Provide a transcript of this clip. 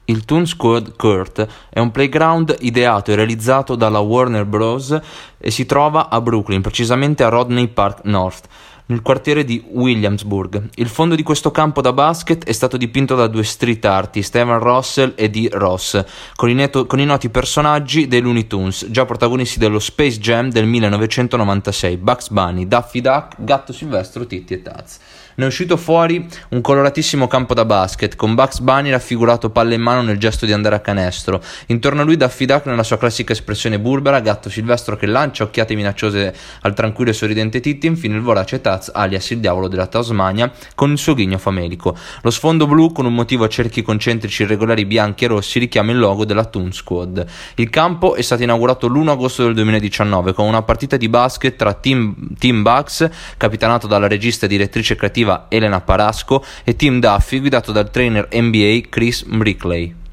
Il Toon Squad Court è un playground ideato e realizzato dalla Warner Bros. E si trova a Brooklyn, precisamente a Rodney Park North, nel quartiere di Williamsburg. Il fondo di questo campo da basket è stato dipinto da due street artist, Evan Russell e Dee Ross, con i noti personaggi dei Looney Tunes, già protagonisti dello Space Jam del 1996, Bugs Bunny, Daffy Duck, Gatto Silvestro, Titti e Taz. Ne è uscito fuori un coloratissimo campo da basket, con Bugs Bunny raffigurato palla in mano nel gesto di andare a canestro. Intorno a lui Daffy Duck nella sua classica espressione burbera, Gatto Silvestro che lancia occhiate minacciose al tranquillo e sorridente Titti, e infine il vorace Taz, alias il diavolo della Tasmania, con il suo ghigno famelico. Lo sfondo blu con un motivo a cerchi concentrici irregolari bianchi e rossi richiama il logo della Toon Squad. Il campo è stato inaugurato l'1 agosto del 2019 con una partita di basket tra Team Bugs, capitanato dalla regista e direttrice creativa Elena Parasco, e Team Duffy, guidato dal trainer NBA Chris Brickley.